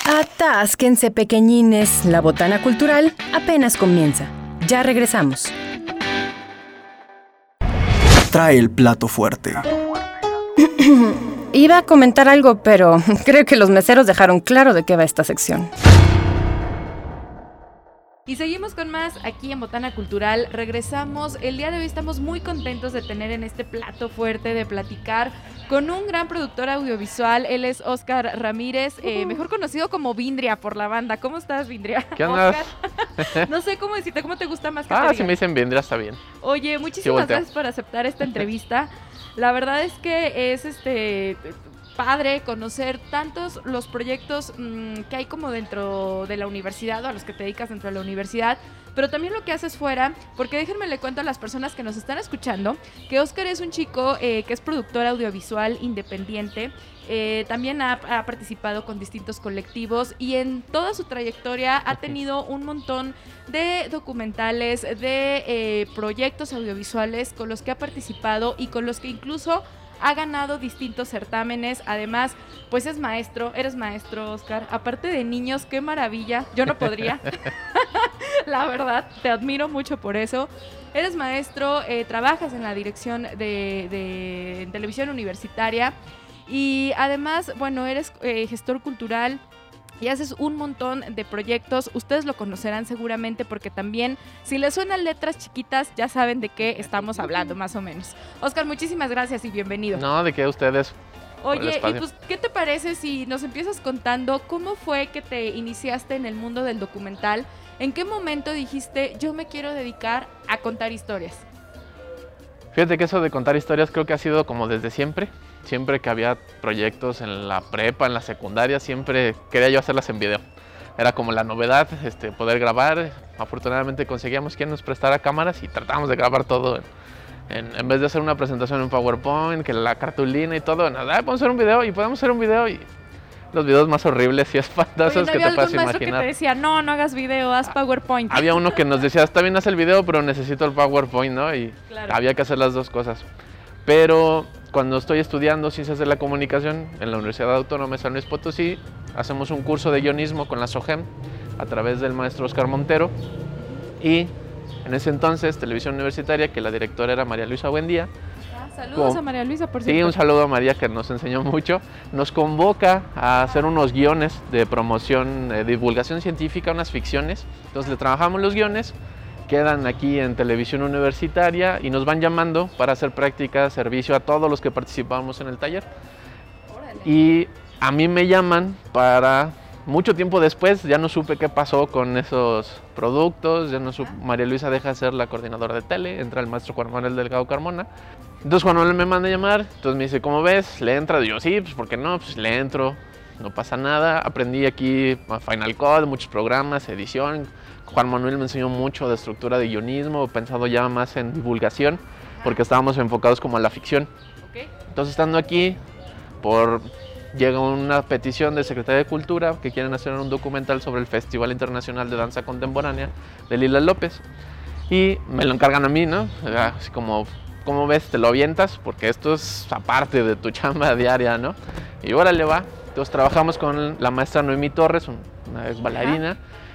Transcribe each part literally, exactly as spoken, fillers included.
Atásquense, pequeñines, la botana cultural apenas comienza. Ya regresamos. Trae el plato fuerte. Iba a comentar algo, pero creo que los meseros dejaron claro de qué va esta sección. Y seguimos con más aquí en Botana Cultural. Regresamos. El día de hoy estamos muy contentos de tener en este plato fuerte, de platicar con un gran productor audiovisual. Él es Óscar Ramírez, eh, mejor conocido como Vindria por la banda. ¿Cómo estás, Vindria? ¿Qué onda? No sé cómo decirte, ¿cómo te gusta más que Ah, te si digan? me dicen Vindria está bien. Oye, muchísimas gracias por aceptar esta entrevista. La verdad es que es este... padre conocer tantos los proyectos mmm, que hay como dentro de la universidad o a los que te dedicas dentro de la universidad, pero también lo que haces fuera, porque déjenme le cuento a las personas que nos están escuchando que Óscar es un chico eh, que es productor audiovisual independiente. Eh, también ha, ha participado con distintos colectivos y en toda su trayectoria ha tenido un montón de documentales, de eh, proyectos audiovisuales con los que ha participado y con los que incluso ha ganado distintos certámenes. Además, pues es maestro, eres maestro, Óscar. Aparte de niños, qué maravilla. Yo no podría. La verdad, te admiro mucho por eso. Eres maestro, eh, trabajas en la dirección de, de televisión universitaria y además, bueno, eres eh, gestor cultural. Y haces un montón de proyectos. Ustedes lo conocerán seguramente porque también, si les suenan letras chiquitas, ya saben de qué estamos hablando, más o menos. Óscar, muchísimas gracias y bienvenido. No, de qué ustedes. Oye, y pues, ¿qué te parece si nos empiezas contando cómo fue que te iniciaste en el mundo del documental? ¿En qué momento dijiste, yo me quiero dedicar a contar historias? Fíjate que eso de contar historias creo que ha sido como desde siempre. Siempre que había proyectos en la prepa, en la secundaria, siempre quería yo hacerlas en video. Era como la novedad, este, poder grabar. Afortunadamente conseguíamos quien nos prestara cámaras y tratábamos de grabar todo. En, en, en vez de hacer una presentación en PowerPoint, que la cartulina y todo, nada, ah, podemos hacer un video y podemos hacer un video y los videos más horribles y espantosos. Oye, ¿no que te puedas imaginar? Que te decía, no, no hagas video, haz PowerPoint. Había uno que nos decía, está bien, haz el video, pero necesito el PowerPoint, ¿no? Y claro, había que hacer las dos cosas. Pero cuando estoy estudiando Ciencias de la Comunicación en la Universidad Autónoma de San Luis Potosí, hacemos un curso de guionismo con la SOGEM a través del maestro Óscar Montero. Y en ese entonces, Televisión Universitaria, que la directora era María Luisa Buendía. Ah, saludos con, a María Luisa, por cierto. Sí, un saludo a María, que nos enseñó mucho. Nos convoca a hacer unos guiones de promoción, de divulgación científica, unas ficciones. Entonces le trabajamos los guiones. Quedan aquí en Televisión Universitaria y nos van llamando para hacer práctica, servicio a todos los que participamos en el taller. Órale. Y a mí me llaman para, mucho tiempo después, ya no supe qué pasó con esos productos, ya no supe, María Luisa deja de ser la coordinadora de tele, entra el maestro Juan Manuel Delgado Carmona. Entonces Juan Manuel me manda a llamar, entonces me dice, ¿cómo ves? ¿Le entra? Y yo, sí, pues ¿por qué no? Pues le entro, no pasa nada. Aprendí aquí Final Cut, muchos programas, edición. Juan Manuel me enseñó mucho de estructura de guionismo, pensado ya más en divulgación, porque estábamos enfocados como a la ficción. Okay. Entonces, estando aquí, por llega una petición del Secretaría de Cultura que quieren hacer un documental sobre el Festival Internacional de Danza Contemporánea de Lila López. Y me lo encargan a mí, ¿no? Así como, ¿cómo ves? Te lo avientas, porque esto es aparte de tu chamba diaria, ¿no? Y órale, va. Entonces, trabajamos con la maestra Noemí Torres, una ex bailarina,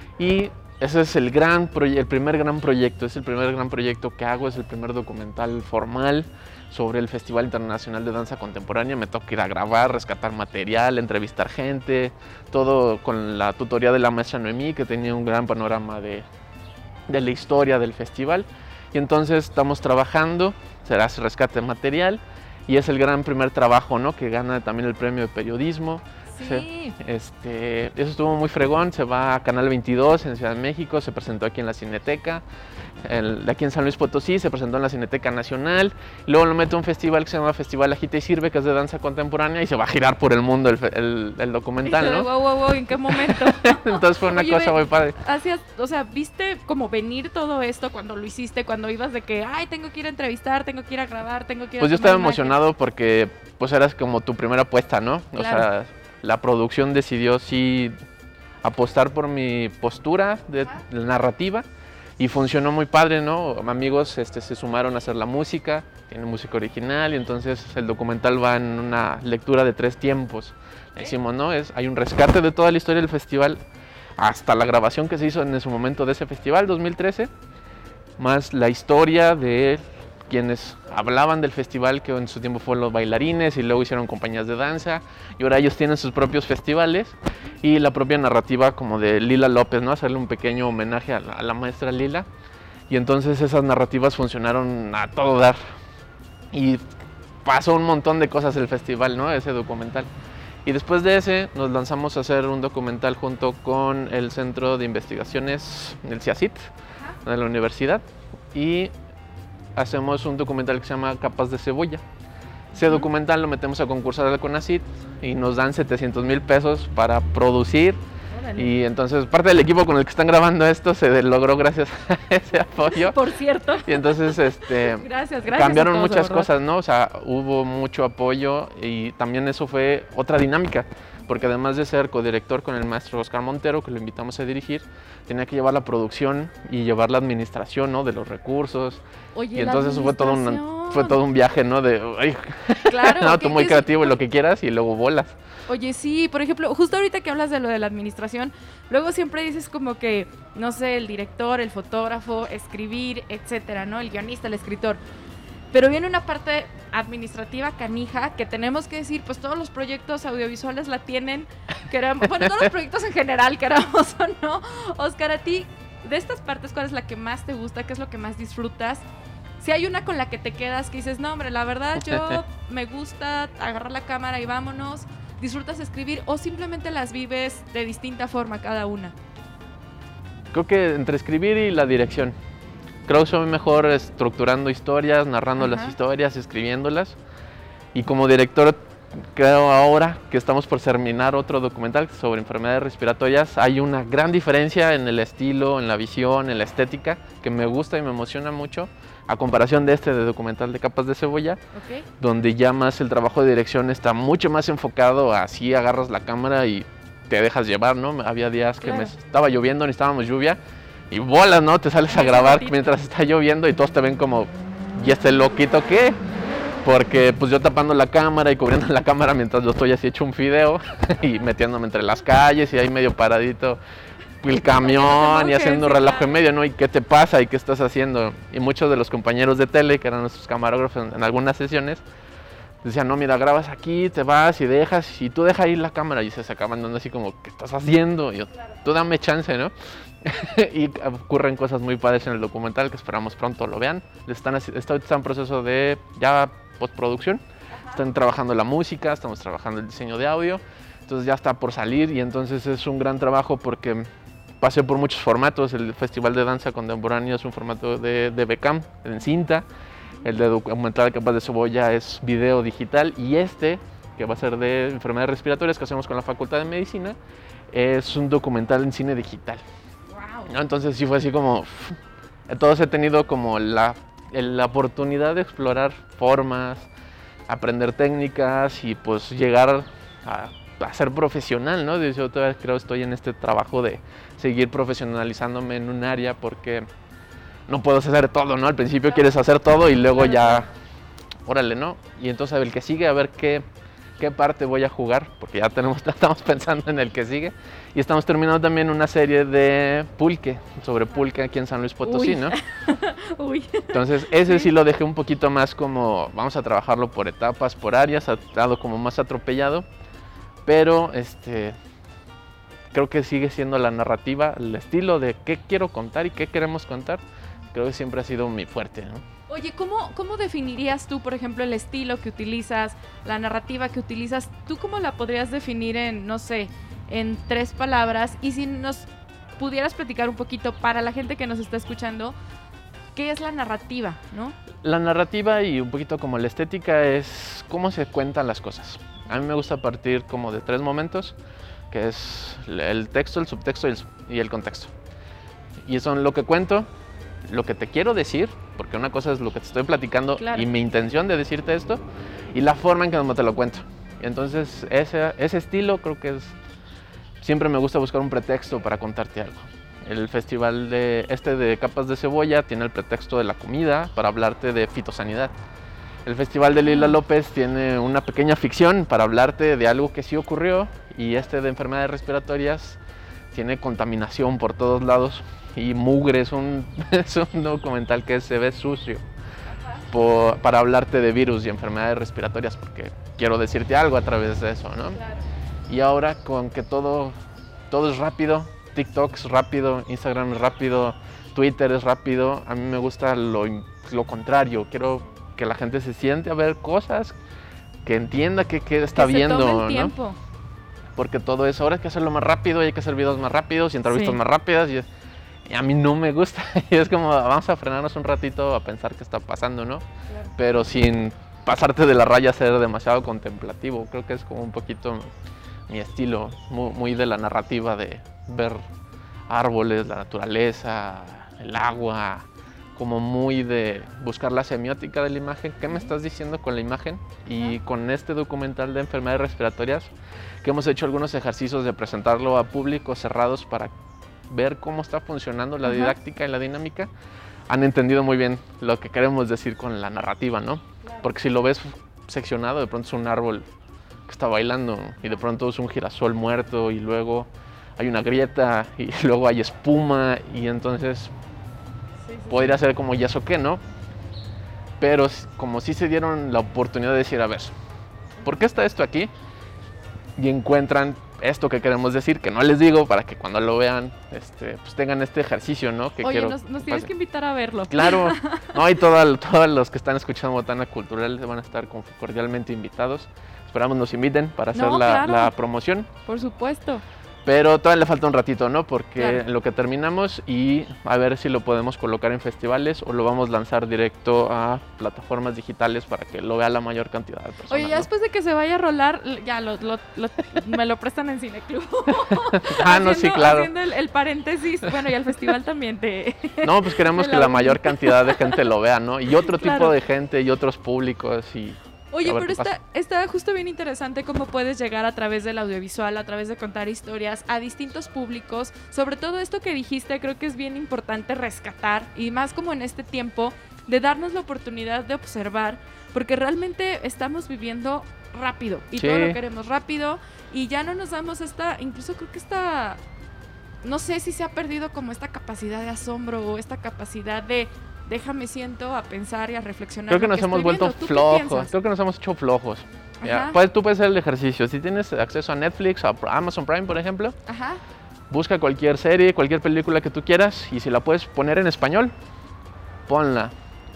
y ese es el, gran el primer gran proyecto, es el primer gran proyecto que hago, es el primer documental formal sobre el Festival Internacional de Danza Contemporánea. Me toca ir a grabar, rescatar material, entrevistar gente, todo con la tutoría de la maestra Noemí, que tenía un gran panorama de, de la historia del festival. Y entonces estamos trabajando, será ese rescate de material, y es el gran primer trabajo, ¿no? Que gana también el premio de periodismo. Sí. Se, este, eso estuvo muy fregón, se va a Canal veintidós en Ciudad de México, se presentó aquí en la Cineteca, el, aquí en San Luis Potosí, se presentó en la Cineteca Nacional, y luego lo mete a un festival que se llama Festival Agita y Sirve, que es de danza contemporánea, y se va a girar por el mundo el, el, el documental, ¿no? Wow, wow, wow, ¿en qué momento? Entonces fue una Oye, cosa muy padre. Hacías, o sea, ¿viste como venir todo esto cuando lo hiciste, cuando ibas de que, ay, tengo que ir a entrevistar, tengo que ir a grabar, tengo que ir a Pues yo estaba imagen? emocionado porque pues eras como tu primera apuesta, ¿no? O claro. sea, la producción decidió sí apostar por mi postura de, de narrativa y funcionó muy padre, ¿no? Amigos este, se sumaron a hacer la música, tiene música original y entonces el documental va en una lectura de tres tiempos. Le decimos, ¿no? Es, hay un rescate de toda la historia del festival hasta la grabación que se hizo en ese momento de ese festival, dos mil trece, más la historia de quienes hablaban del festival, que en su tiempo fueron los bailarines y luego hicieron compañías de danza y ahora ellos tienen sus propios festivales, y la propia narrativa como de Lila López, ¿no? Hacerle un pequeño homenaje a la, a la maestra Lila, y entonces esas narrativas funcionaron a todo dar y pasó un montón de cosas el festival, ¿no? Ese documental. Y después de ese nos lanzamos a hacer un documental junto con el Centro de Investigaciones del CIACIT, de la universidad, y hacemos un documental que se llama Capas de Cebolla. Ese documental lo metemos a concursar al CONACYT y nos dan setecientos mil pesos para producir. Órale. Y entonces parte del equipo con el que están grabando esto se logró gracias a ese apoyo. Por cierto. Y entonces este, gracias, gracias cambiaron todos, muchas cosas, ¿no? O sea, hubo mucho apoyo y también eso fue otra dinámica. Porque además de ser codirector con el maestro Oscar Montero, que lo invitamos a dirigir, tenía que llevar la producción y llevar la administración, ¿no? De los recursos. Oye, y entonces fue todo un fue todo un viaje, ¿no? De, ay, claro, no, tú muy es... creativo y lo que quieras y luego bolas. Oye, sí, por ejemplo, justo ahorita que hablas de lo de la administración, luego siempre dices como que, no sé, el director, el fotógrafo, escribir, etcétera, ¿no? El guionista, el escritor. Pero viene una parte administrativa canija que tenemos que decir, pues todos los proyectos audiovisuales la tienen, queramos, bueno, todos los proyectos en general, queramos o no. Oscar, a ti, de estas partes, ¿cuál es la que más te gusta? ¿Qué es lo que más disfrutas? Si hay una con la que te quedas, que dices, no, hombre, la verdad yo me gusta agarrar la cámara y vámonos, ¿disfrutas escribir o simplemente las vives de distinta forma cada una? Creo que entre escribir y la dirección. Creo que soy mejor estructurando historias, narrando Ajá. las historias, escribiéndolas. Y como director, creo ahora que estamos por terminar otro documental sobre enfermedades respiratorias, hay una gran diferencia en el estilo, en la visión, en la estética, que me gusta y me emociona mucho, a comparación de este de documental de Capas de Cebolla, okay. donde ya más el trabajo de dirección está mucho más enfocado a así agarras la cámara y te dejas llevar, ¿no? Había días que claro. me estaba lloviendo, necesitábamos lluvia, y bolas, ¿no? Te sales a grabar mientras está lloviendo y todos te ven como, ¿y este loquito qué? Porque pues yo tapando la cámara y cubriendo la cámara mientras yo estoy así hecho un fideo y metiéndome entre las calles y ahí medio paradito el camión y haciendo relajo en medio, ¿no? ¿Y qué te pasa? ¿Y qué estás haciendo? Y muchos de los compañeros de tele, que eran nuestros camarógrafos en, en algunas sesiones, decían, no, mira, grabas aquí, te vas y dejas, y tú deja ir la cámara, y se acaban dando así como, ¿qué estás haciendo? Y yo, tú dame chance, ¿no? Y ocurren cosas muy padres en el documental que esperamos pronto lo vean. Están, está, está en proceso de ya postproducción, están trabajando la música, estamos trabajando el diseño de audio, entonces ya está por salir y entonces es un gran trabajo porque pasé por muchos formatos. El Festival de Danza Contemporánea es un formato de, de B C A M, en cinta. El de documental Capas de Cebolla es video digital y este, que va a ser de enfermedades respiratorias que hacemos con la Facultad de Medicina, es un documental en cine digital. Wow. ¿No? Entonces sí fue así como, todos he tenido como la, la oportunidad de explorar formas, aprender técnicas y pues llegar a, a ser profesional, ¿no? Yo todavía creo que estoy en este trabajo de seguir profesionalizándome en un área porque no puedo hacer todo, ¿no? Al principio claro. quieres hacer todo y luego ya, órale, ¿no? Y entonces el que sigue, a ver qué, qué parte voy a jugar, porque ya tenemos, estamos pensando en el que sigue. Y estamos terminando también una serie de pulque, sobre pulque aquí en San Luis Potosí, Uy. ¿no? Uy. Entonces ese sí lo dejé un poquito más como, vamos a trabajarlo por etapas, por áreas, ha estado como más atropellado, pero este... creo que sigue siendo la narrativa, el estilo de qué quiero contar y qué queremos contar. Creo que siempre ha sido mi fuerte, ¿no? Oye, ¿cómo, ¿cómo definirías tú, por ejemplo, el estilo que utilizas, la narrativa que utilizas? ¿Tú cómo la podrías definir en, no sé, en tres palabras? Y si nos pudieras platicar un poquito para la gente que nos está escuchando, ¿qué es la narrativa, no? La narrativa y un poquito como la estética es cómo se cuentan las cosas. A mí me gusta partir como de tres momentos, que es el texto, el subtexto y el, y el contexto. Y son lo que cuento, lo que te quiero decir, porque una cosa es lo que te estoy platicando claro. y mi intención de decirte esto, y la forma en que te lo cuento. Y entonces ese, ese estilo creo que es... Siempre me gusta buscar un pretexto para contarte algo. El festival de este de Capas de Cebolla tiene el pretexto de la comida para hablarte de fitosanidad. El Festival de Lila López tiene una pequeña ficción para hablarte de algo que sí ocurrió, y este de enfermedades respiratorias tiene contaminación por todos lados y mugre. Es un, es un documental que se ve sucio por, para hablarte de virus y enfermedades respiratorias, porque quiero decirte algo a través de eso, ¿no? Claro. Y ahora con que todo, todo es rápido, TikTok es rápido, Instagram es rápido, Twitter es rápido, a mí me gusta lo, lo contrario. Quiero que la gente se siente a ver cosas, que entienda qué está que viendo, se tome el ¿no? tiempo. Porque todo eso, ahora hay que hacerlo más rápido, y hay que hacer videos más rápidos y entrevistas Sí. más rápidas, y, y a mí no me gusta. Y es como, vamos a frenarnos un ratito a pensar qué está pasando, ¿no? Claro. Pero sin pasarte de la raya a ser demasiado contemplativo. Creo que es como un poquito mi estilo, muy, muy de la narrativa, de ver árboles, la naturaleza, el agua, como muy de buscar la semiótica de la imagen. ¿Qué me estás diciendo con la imagen? Y con este documental de enfermedades respiratorias, que hemos hecho algunos ejercicios de presentarlo a públicos cerrados para ver cómo está funcionando la didáctica y la dinámica, han entendido muy bien lo que queremos decir con la narrativa, ¿no? Claro. Porque si lo ves seccionado, de pronto es un árbol que está bailando, y de pronto es un girasol muerto, y luego hay una grieta, y luego hay espuma, y entonces Sí, sí, podría sí. ser como ya eso qué, ¿no? Pero como sí se dieron la oportunidad de decir, a ver, ¿por qué está esto aquí? Y encuentran esto que queremos decir, que no les digo, para que cuando lo vean, este, pues tengan este ejercicio, ¿no? Que Oye, quiero nos, nos que tienes pase. que invitar a verlo. Claro, no, y todo- todos los que están escuchando Botana Cultural van a estar con- cordialmente invitados. Esperamos nos inviten para hacer No, la, claro. la promoción. Por supuesto. Pero todavía le falta un ratito, ¿no? Porque Claro. en lo que terminamos, y a ver si lo podemos colocar en festivales o lo vamos a lanzar directo a plataformas digitales para que lo vea la mayor cantidad de personas. Oye, ya ¿no? después de que se vaya a rolar, ya lo, lo- lo- me lo prestan en Cineclub. Ah, no, sí, Haciendo- claro. Haciendo el, el paréntesis. Bueno, y al festival también te... No, pues queremos Me que la la uní. mayor cantidad de gente lo vea, ¿no? Y otro Claro. tipo de gente y otros públicos, y Oye, a ver pero qué está, está justo bien interesante cómo puedes llegar a través del audiovisual, a través de contar historias a distintos públicos. Sobre todo esto que dijiste, creo que es bien importante rescatar, y más como en este tiempo, de darnos la oportunidad de observar, porque realmente estamos viviendo rápido y Sí. todo lo queremos rápido, y ya no nos damos esta, incluso creo que esta, no sé si se ha perdido como esta capacidad de asombro o esta capacidad de déjame siento a pensar y a reflexionar. Creo que lo nos hemos estoy vuelto viendo. ¿Tú qué flojos, piensas? creo que nos hemos hecho flojos. Ya, Ajá. pues tú puedes hacer el ejercicio. Si tienes acceso a Netflix, a Amazon Prime, por ejemplo, Ajá. busca cualquier serie, cualquier película que tú quieras, y si la puedes poner en español, ponla.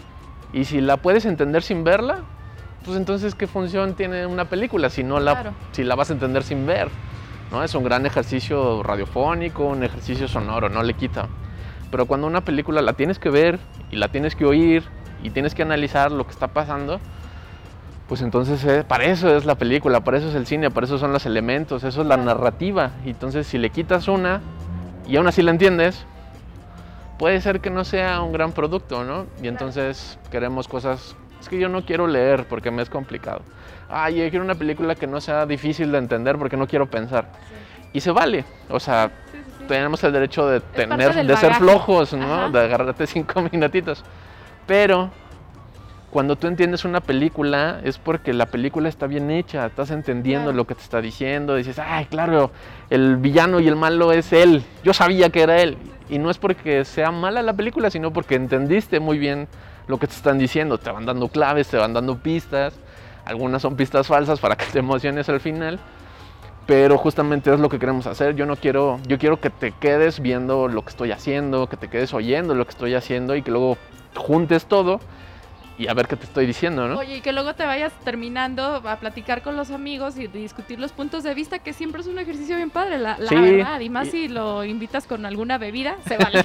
Y si la puedes entender sin verla, pues entonces ¿qué función tiene una película si no la, Claro. si la vas a entender sin ver? ¿No? Es un gran ejercicio radiofónico, un ejercicio sonoro, no le quita. Pero cuando una película la tienes que ver y la tienes que oír y tienes que analizar lo que está pasando, pues entonces eh, para eso es la película, para eso es el cine, para eso son los elementos, eso es la narrativa. Y entonces si le quitas una y aún así la entiendes, puede ser que no sea un gran producto, ¿no? Y entonces queremos cosas, es que yo no quiero leer porque me es complicado. Ay, yo quiero una película que no sea difícil de entender porque no quiero pensar. Y se vale, o sea, Sí, sí, sí. tenemos el derecho de parte tener, del de ser bagaje. flojos, ¿no? Ajá. De agarrarte cinco minutitos. Pero cuando tú entiendes una película es porque la película está bien hecha, estás entendiendo Claro. lo que te está diciendo, dices, ay, claro, el villano y el malo es él, yo sabía que era él. Y no es porque sea mala la película, sino porque entendiste muy bien lo que te están diciendo, te van dando claves, te van dando pistas, algunas son pistas falsas para que te emociones al final. Pero justamente es lo que queremos hacer. Yo no quiero, yo quiero que te quedes viendo lo que estoy haciendo, que te quedes oyendo lo que estoy haciendo y que luego juntes todo y a ver qué te estoy diciendo, ¿no? Oye, y que luego te vayas terminando a platicar con los amigos y discutir los puntos de vista, que siempre es un ejercicio bien padre, la, la Sí, verdad. Y más y- si lo invitas con alguna bebida, se vale.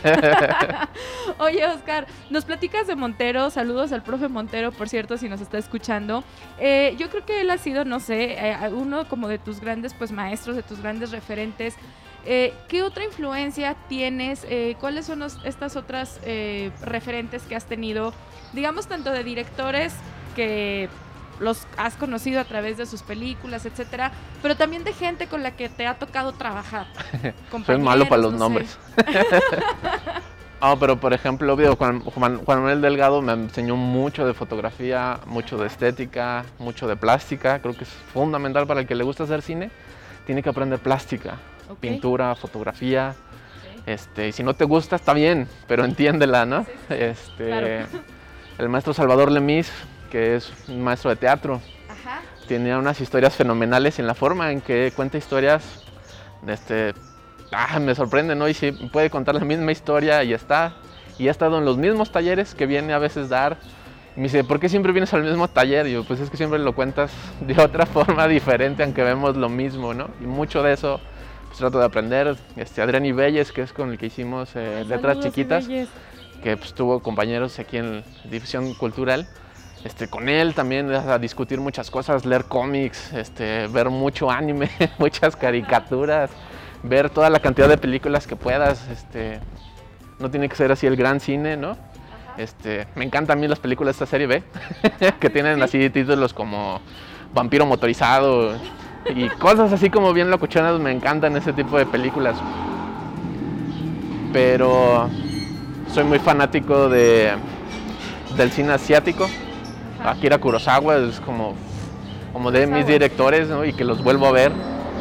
Oye, Oscar, nos platicas de Montero. Saludos al profe Montero, por cierto, si nos está escuchando. Eh, yo creo que él ha sido, no sé, eh, uno como de tus grandes pues maestros, de tus grandes referentes. Eh, ¿Qué otra influencia tienes? Eh, ¿Cuáles son los- estas otras eh, referentes que has tenido? Digamos, tanto de directores que los has conocido a través de sus películas, etcétera, pero también de gente con la que te ha tocado trabajar. Soy malo para los Compañeros, no sé. nombres. Oh, pero por ejemplo, digo, Juan, Juan, Juan Manuel Delgado me enseñó mucho de fotografía, mucho de estética, mucho de plástica. Creo que es fundamental para el que le gusta hacer cine. Tiene que aprender plástica, okay. pintura, fotografía. Okay. Este, y si no te gusta, está bien, pero entiéndela, ¿no? Sí, sí, este, claro. El maestro Salvador Lemis, que es un maestro de teatro, Ajá. tiene unas historias fenomenales en la forma en que cuenta historias. Este, ah, me sorprende, ¿no? Y sí, puede contar la misma historia y está. Y ha estado en los mismos talleres que viene a veces dar. Y me dice, ¿por qué siempre vienes al mismo taller? Y yo, pues es que siempre lo cuentas de otra forma diferente, aunque vemos lo mismo, ¿no? Y mucho de eso pues trato de aprender. Este, Adrián Ibelles, que es con el que hicimos eh, Letras Chiquitas, Ibelles. que pues, tuvo compañeros aquí en División Cultural. Este, con él también a discutir muchas cosas, leer cómics, este, ver mucho anime, muchas caricaturas, ver toda la cantidad de películas que puedas. Este, no tiene que ser así el gran cine, ¿no? Este, me encantan a mí las películas de esta serie B, que tienen así títulos como Vampiro Motorizado y cosas así como bien locochonas. Me encantan ese tipo de películas. Pero soy muy fanático de, del cine asiático. Akira Kurosawa es como, como de mis directores, ¿no? Y que los vuelvo a ver.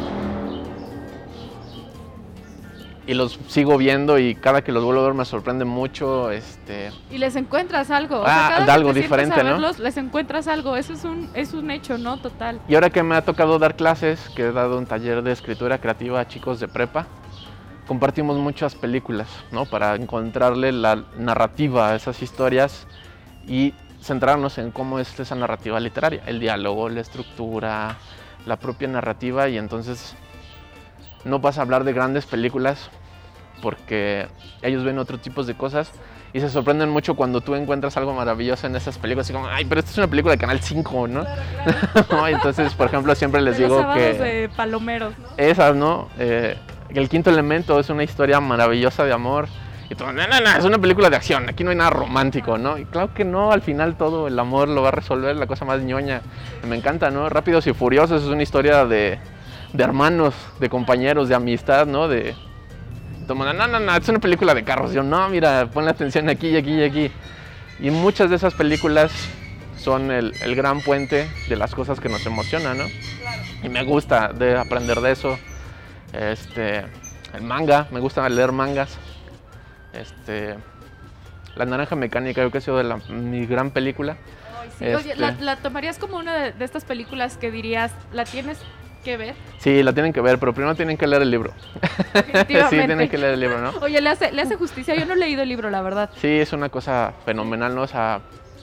Y los sigo viendo y cada que los vuelvo a ver me sorprende mucho. Este... Y les encuentras algo. O ah, sea, cada algo vez que diferente, a ¿no? verlos, les encuentras algo. Eso es un, es un hecho, ¿no? Total. Y ahora que me ha tocado dar clases, que he dado un taller de escritura creativa a chicos de prepa, compartimos muchas películas, ¿no? Para encontrarle la narrativa a esas historias y centrarnos en cómo es esa narrativa literaria, el diálogo, la estructura, la propia narrativa. Y entonces no vas a hablar de grandes películas porque ellos ven otro tipo de cosas y se sorprenden mucho cuando tú encuentras algo maravilloso en esas películas, así como, ay, pero esta es una película de Canal cinco, ¿no? Claro, claro. ¿No? Entonces, por ejemplo, siempre les de digo los que... de palomeros, ¿no? Esas, ¿no? Eh, El Quinto Elemento es una historia maravillosa de amor. Y tú, no, no, no, es una película de acción, aquí no hay nada romántico, ¿no? Y claro que no, al final todo el amor lo va a resolver, la cosa más ñoña. Me encanta, ¿no? Rápidos y Furiosos es una historia de, de hermanos, de compañeros, de amistad, ¿no? De... Como, no, no, no, es una película de carros. Yo, no, mira, ponle atención aquí y aquí y aquí. Y muchas de esas películas son el, el gran puente de las cosas que nos emocionan, ¿no? Claro. Y me gusta de aprender de eso. Este, el manga, me gusta leer mangas. Este, La Naranja Mecánica, creo que ha sido de la, mi gran película. Ay, sí. Este, Oye, ¿la, ¿la tomarías como una de, de estas películas que dirías, la tienes que ver? Sí, la tienen que ver, pero primero tienen que leer el libro. Sí, tienen que leer el libro, ¿no? Oye, le hace, le hace justicia, yo no he leído el libro, la verdad. Sí, es una cosa fenomenal, ¿no? O sea,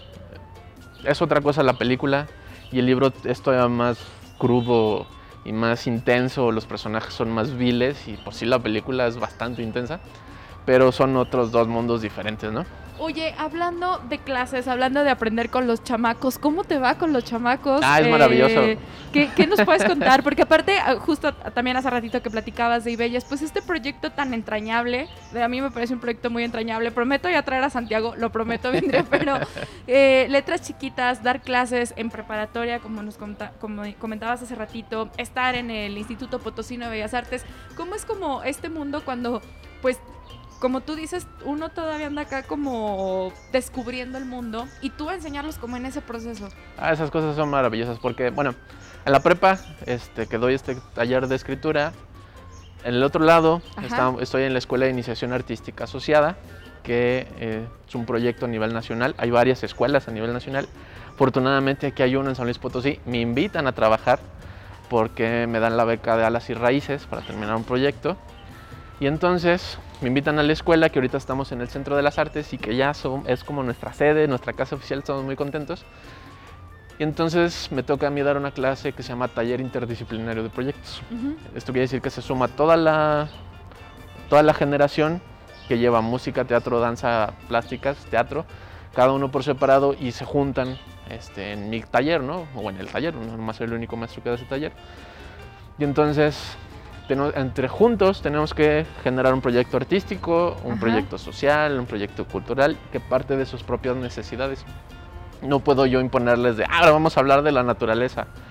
es otra cosa la película y el libro es todavía más crudo y más intenso, los personajes son más viles y por sí la película es bastante intensa, pero son otros dos mundos diferentes, ¿no? Oye, hablando de clases, hablando de aprender con los chamacos, ¿cómo te va con los chamacos? Ah, es eh, maravilloso. ¿qué, ¿Qué nos puedes contar? Porque aparte, justo también hace ratito que platicabas de Ibelles, pues este proyecto tan entrañable, de, a mí me parece un proyecto muy entrañable, prometo ya traer a Santiago, lo prometo, vendré, pero eh, letras chiquitas, dar clases en preparatoria, como nos comenta, como comentabas hace ratito, estar en el Instituto Potosino de Bellas Artes, ¿cómo es como este mundo cuando, pues, como tú dices, uno todavía anda acá como descubriendo el mundo y tú enseñarlos como en ese proceso? Ah, esas cosas son maravillosas porque, bueno, en la prepa este, que doy este taller de escritura, en el otro lado está, estoy en la Escuela de Iniciación Artística Asociada, que eh, es un proyecto a nivel nacional. Hay varias escuelas a nivel nacional. Afortunadamente aquí hay uno en San Luis Potosí. Me invitan a trabajar porque me dan la beca de Alas y Raíces para terminar un proyecto. Y entonces me invitan a la escuela, que ahorita estamos en el Centro de las Artes y que ya son, es como nuestra sede, nuestra casa oficial, estamos muy contentos. Y entonces me toca a mí dar una clase que se llama Taller Interdisciplinario de Proyectos. Uh-huh. Esto quiere decir que se suma toda la, toda la generación que lleva música, teatro, danza, plásticas, teatro, cada uno por separado y se juntan este, en mi taller, ¿no? O en el taller, no más soy el único maestro que da ese taller. Y entonces... entre juntos tenemos que generar un proyecto artístico, un Ajá. proyecto social, un proyecto cultural que parte de sus propias necesidades. No puedo yo imponerles de, ahora vamos a hablar de la naturaleza.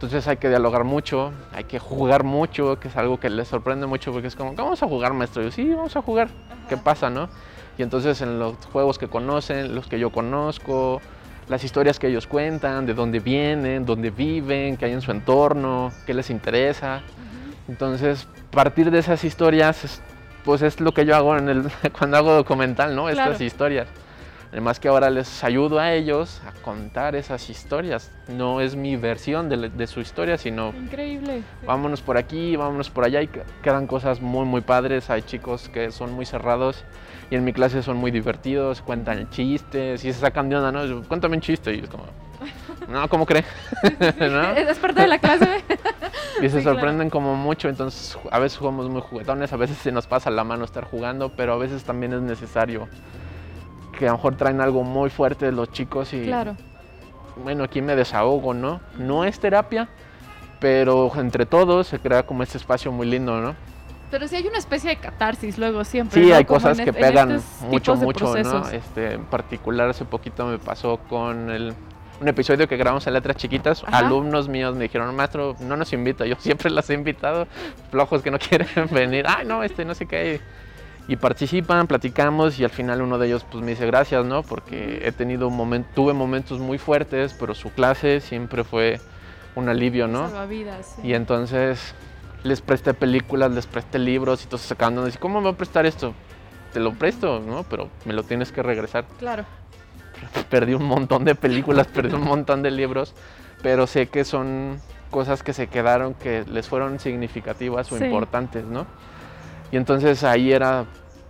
Entonces hay que dialogar mucho, hay que jugar mucho, que es algo que les sorprende mucho porque es como, vamos a jugar, maestro. Y yo, sí, vamos a jugar. Ajá. ¿Qué pasa, no? Y entonces en los juegos que conocen, los que yo conozco, las historias que ellos cuentan, de dónde vienen, dónde viven, qué hay en su entorno, qué les interesa. Uh-huh. Entonces, partir de esas historias, pues es lo que yo hago en el, cuando hago documental, ¿no? Claro. Estas historias. Además que ahora les ayudo a ellos a contar esas historias. No es mi versión de, de su historia, sino... Increíble. Vámonos por aquí, vámonos por allá y quedan cosas muy, muy padres. Hay chicos que son muy cerrados y en mi clase son muy divertidos, cuentan chistes y se sacan de onda, ¿no? Cuéntame un chiste y es como... No, ¿cómo cree? Sí, sí, sí. ¿No? Es parte de la clase. Y se sí, sorprenden claro. como mucho, entonces a veces jugamos muy juguetones, a veces se nos pasa la mano estar jugando, pero a veces también es necesario... que a lo mejor traen algo muy fuerte de los chicos y claro. Bueno, aquí me desahogo, ¿no? No es terapia, pero entre todos se crea como este espacio muy lindo, ¿no? Pero sí hay una especie de catarsis luego siempre. Sí, ¿no? hay como cosas en que est- pegan mucho, mucho, procesos. ¿no? Este, en particular hace poquito me pasó con el, un episodio que grabamos en Letras Chiquitas. Ajá. Alumnos míos me dijeron, maestro, no nos invita, yo siempre las he invitado, flojos que no quieren venir, ay no, este no sé qué. Y participan, platicamos y al final uno de ellos pues me dice gracias, ¿no? Porque he tenido un momento, tuve momentos muy fuertes, pero su clase siempre fue un alivio, ¿no? Salvavidas, sí. Y entonces les presté películas, les presté libros y todos se acaban de decir, ¿cómo me va a prestar esto? Te lo presto, ¿no? Pero me lo tienes que regresar. Claro. Perdí un montón de películas, perdí un montón de libros, pero sé que son cosas que se quedaron, que les fueron significativas o sí. importantes, ¿no? Y entonces ahí era,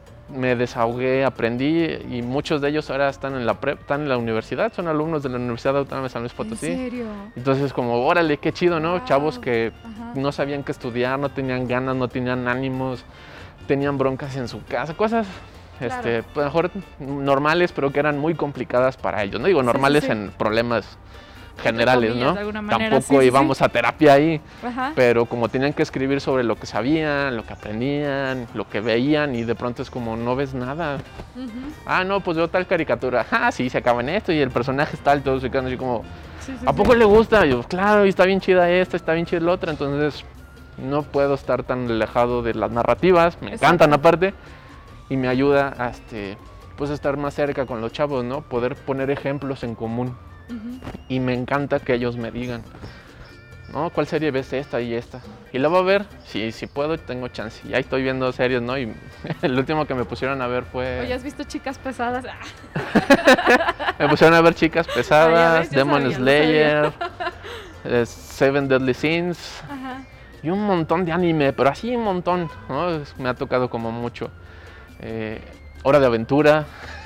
me desahogué, aprendí y muchos de ellos ahora están en la prep, están en la universidad, son alumnos de la Universidad Autónoma de San Luis Potosí. ¿En serio? Entonces como, órale, qué chido, ¿no? Wow. Chavos que Ajá. no sabían qué estudiar, no tenían ganas, no tenían ánimos, tenían broncas en su casa, cosas claro. este, pues, mejor normales, pero que eran muy complicadas para ellos. No digo normales sí, sí, sí. en problemas generales, comillas, ¿no? Manera, Tampoco sí, íbamos sí. a terapia ahí, Ajá. pero como tenían que escribir sobre lo que sabían, lo que aprendían, lo que veían y de pronto es como no ves nada. Uh-huh. Ah, no, pues veo tal caricatura. Ah, sí, se acaba en esto y el personaje es tal, todos se quedan así como, sí, sí, ¿a poco sí. le gusta? Y yo, claro, y está bien chida esta, está bien chida la otra, entonces no puedo estar tan alejado de las narrativas, me Exacto. encantan aparte y me ayuda a este, pues estar más cerca con los chavos, ¿no? Poder poner ejemplos en común. Uh-huh. Y me encanta que ellos me digan, ¿no? ¿Cuál serie ves esta y esta? Y la voy a ver, si, si puedo, tengo chance. Y ahí estoy viendo series, ¿no? Y el último que me pusieron a ver fue... Oye, ¿has visto Chicas Pesadas? Me pusieron a ver Chicas Pesadas, ah, Demon sabía, Slayer, eh, Seven Deadly Sins. Ajá. Y un montón de anime, pero así un montón, ¿no? Me ha tocado como mucho. Eh, Hora de Aventura,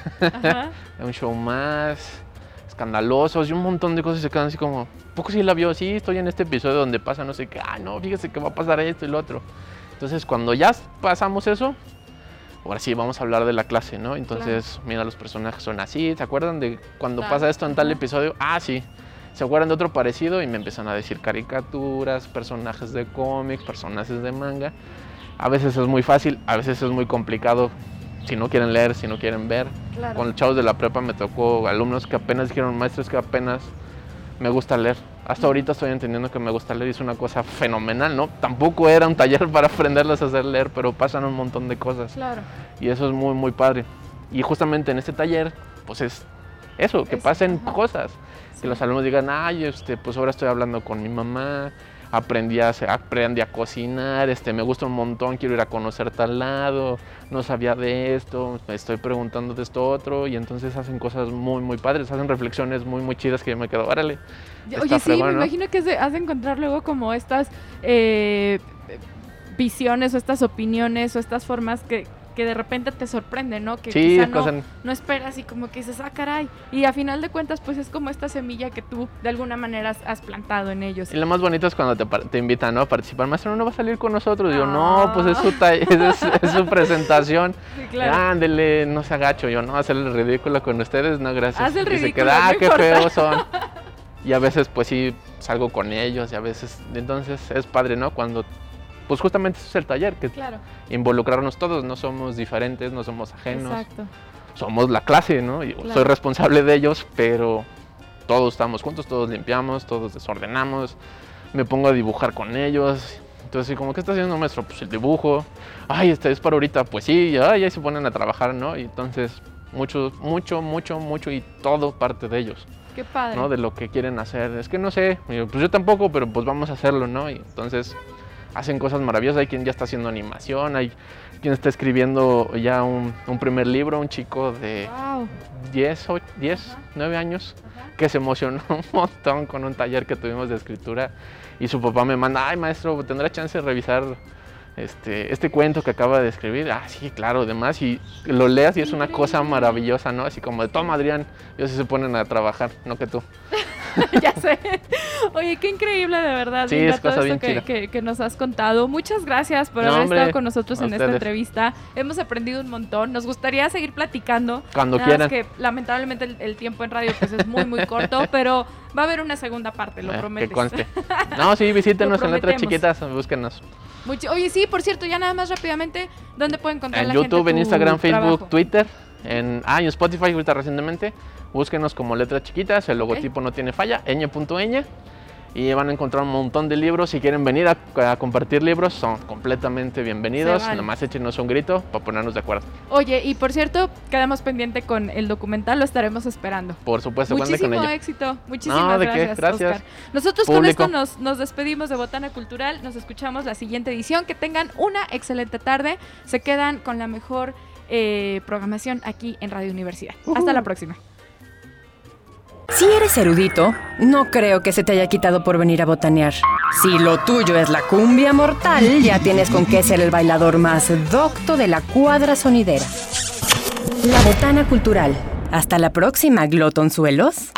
un show más... escandalosos y un montón de cosas se quedan así como, ¿poco sí la vio? Sí, estoy en este episodio donde pasa no sé qué, ah, no, fíjese que va a pasar esto y lo otro. Entonces, cuando ya pasamos eso, ahora sí vamos a hablar de la clase, ¿no? Entonces, claro. mira, los personajes son así, ¿se acuerdan de cuando claro. pasa esto en tal episodio? Ah, sí. ¿Se acuerdan de otro parecido? Y me empiezan a decir caricaturas, personajes de cómics, personajes de manga. A veces es muy fácil, a veces es muy complicado. Si no quieren leer, si no quieren ver. Claro. Con los chavos de la prepa me tocó alumnos que apenas dijeron, maestros, que apenas me gusta leer. Hasta ahorita estoy entendiendo que me gusta leer y es una cosa fenomenal, ¿no? Tampoco era un taller para aprenderles a hacer leer, pero pasan un montón de cosas. Claro. Y eso es muy, muy padre. Y justamente en este taller, pues es eso, que es, pasen ajá. cosas. Sí. Que los alumnos digan, ay, este, pues ahora estoy hablando con mi mamá, aprendí a, aprendí a cocinar, este, me gusta un montón, quiero ir a conocer tal lado, no sabía de esto, me estoy preguntando de esto otro, y entonces hacen cosas muy, muy padres, hacen reflexiones muy, muy chidas que yo me quedo, órale. Oye, sí, fregón, me ¿no? imagino que has de encontrar luego como estas eh, visiones o estas opiniones o estas formas que... que de repente te sorprende, ¿no? Que sí, quizá no, pasan... no esperas y como que dices, ah, caray. Y a final de cuentas, pues es como esta semilla que tú de alguna manera has, has plantado en ellos. Y lo más bonito es cuando te, te invitan, ¿no? A participar. Maestro, ¿no va a salir con nosotros? Ah. Yo, no, pues es su, es, es su presentación. Sí, claro. Ándele, no se agacho. Yo, no, hacer el ridículo con ustedes, no, gracias. Haz el ridículo, y se queda, no ah, qué importa. feos son. Y a veces, pues sí, salgo con ellos y a veces, entonces es padre, ¿no? Cuando... Pues justamente eso es el taller, que claro. involucrarnos todos, no somos diferentes, no somos ajenos. Exacto. Somos la clase, ¿no? Yo claro. soy responsable de ellos, pero todos estamos juntos, todos limpiamos, todos desordenamos, me pongo a dibujar con ellos. Entonces, como, ¿qué está haciendo, maestro? Pues el dibujo. Ay, este es para ahorita. Pues sí, ay, ahí se ponen a trabajar, ¿no? Y entonces, mucho, mucho, mucho, mucho y todo parte de ellos. Qué padre. ¿No? De lo que quieren hacer. Es que no sé, yo, pues yo tampoco, pero pues vamos a hacerlo, ¿no? Y entonces hacen cosas maravillosas. Hay quien ya está haciendo animación, hay quien está escribiendo ya un, un primer libro, un chico de wow. diez, nueve años, ajá, que se emocionó un montón con un taller que tuvimos de escritura y su papá me manda, ay maestro, ¿tendrá chance de revisar este, este cuento que acaba de escribir? Ah, sí, claro, además, y lo leas y es una cosa maravillosa, ¿no? Así como de, toma Adrián, ellos sí se ponen a trabajar, no que tú. Ya sé. Oye, qué increíble, de verdad. Sí, Linda, es cosa todo bien esto que, chida. que, que nos has contado. Muchas gracias por no, haber hombre, estado con nosotros en ustedes. esta entrevista. Hemos aprendido un montón. Nos gustaría seguir platicando. Cuando Nada quieran. más que lamentablemente el, el tiempo en radio pues es muy, muy corto, pero va a haber una segunda parte, lo eh, prometes. Que conste. No, sí, visítenos en Letras Chiquitas, búsquenos. Mucho, oye, sí, por cierto, ya nada más rápidamente, ¿dónde pueden encontrar en la YouTube, gente en Instagram, Facebook, trabajo? Twitter, en, ah, en Spotify ahorita recientemente. Búsquenos como Letras Chiquitas, el logotipo okay. no tiene falla, eñe punto eñe. Y van a encontrar un montón de libros. Si quieren venir a, a compartir libros, son completamente bienvenidos. Vale. Nomás échenos un grito para ponernos de acuerdo. Oye, y por cierto, quedamos pendiente con el documental, lo estaremos esperando. Por supuesto, muchísimo con ello. éxito. Muchísimas no, ¿de gracias, qué? Gracias, Oscar. Nosotros Público. con esto nos, nos despedimos de Botana Cultural. Nos escuchamos la siguiente edición. Que tengan una excelente tarde. Se quedan con la mejor eh, programación aquí en Radio Universidad. Uh-huh. Hasta la próxima. Si eres erudito, no creo que se te haya quitado por venir a botanear. Si lo tuyo es la cumbia mortal, ya tienes con qué ser el bailador más docto de la cuadra sonidera. La Botana Cultural. Hasta la próxima, glotonzuelos.